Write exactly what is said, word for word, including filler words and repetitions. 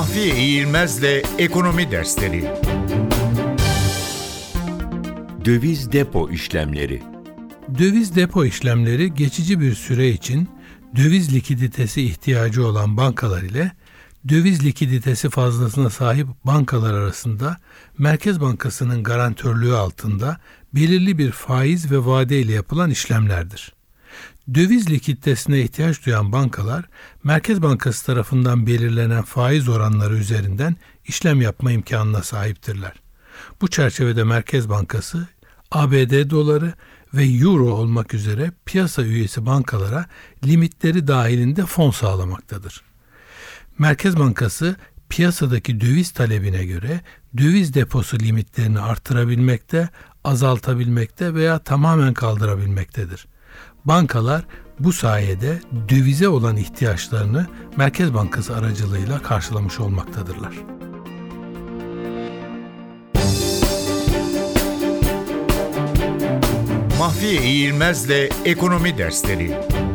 Mahfiye İğilmez'le Ekonomi Dersleri. Döviz depo işlemleri. Döviz depo işlemleri geçici bir süre için döviz likiditesi ihtiyacı olan bankalar ile döviz likiditesi fazlasına sahip bankalar arasında Merkez Bankası'nın garantörlüğü altında belirli bir faiz ve vade ile yapılan işlemlerdir. Döviz likiditesine ihtiyaç duyan bankalar, Merkez Bankası tarafından belirlenen faiz oranları üzerinden işlem yapma imkanına sahiptirler. Bu çerçevede Merkez Bankası, A B D doları ve euro olmak üzere piyasa üyesi bankalara limitleri dahilinde fon sağlamaktadır. Merkez Bankası, piyasadaki döviz talebine göre döviz deposu limitlerini artırabilmekte, azaltabilmekte veya tamamen kaldırabilmektedir. Bankalar bu sayede dövize olan ihtiyaçlarını Merkez Bankası aracılığıyla karşılamış olmaktadırlar. Mahfiye İğilmez'le Ekonomi Dersleri.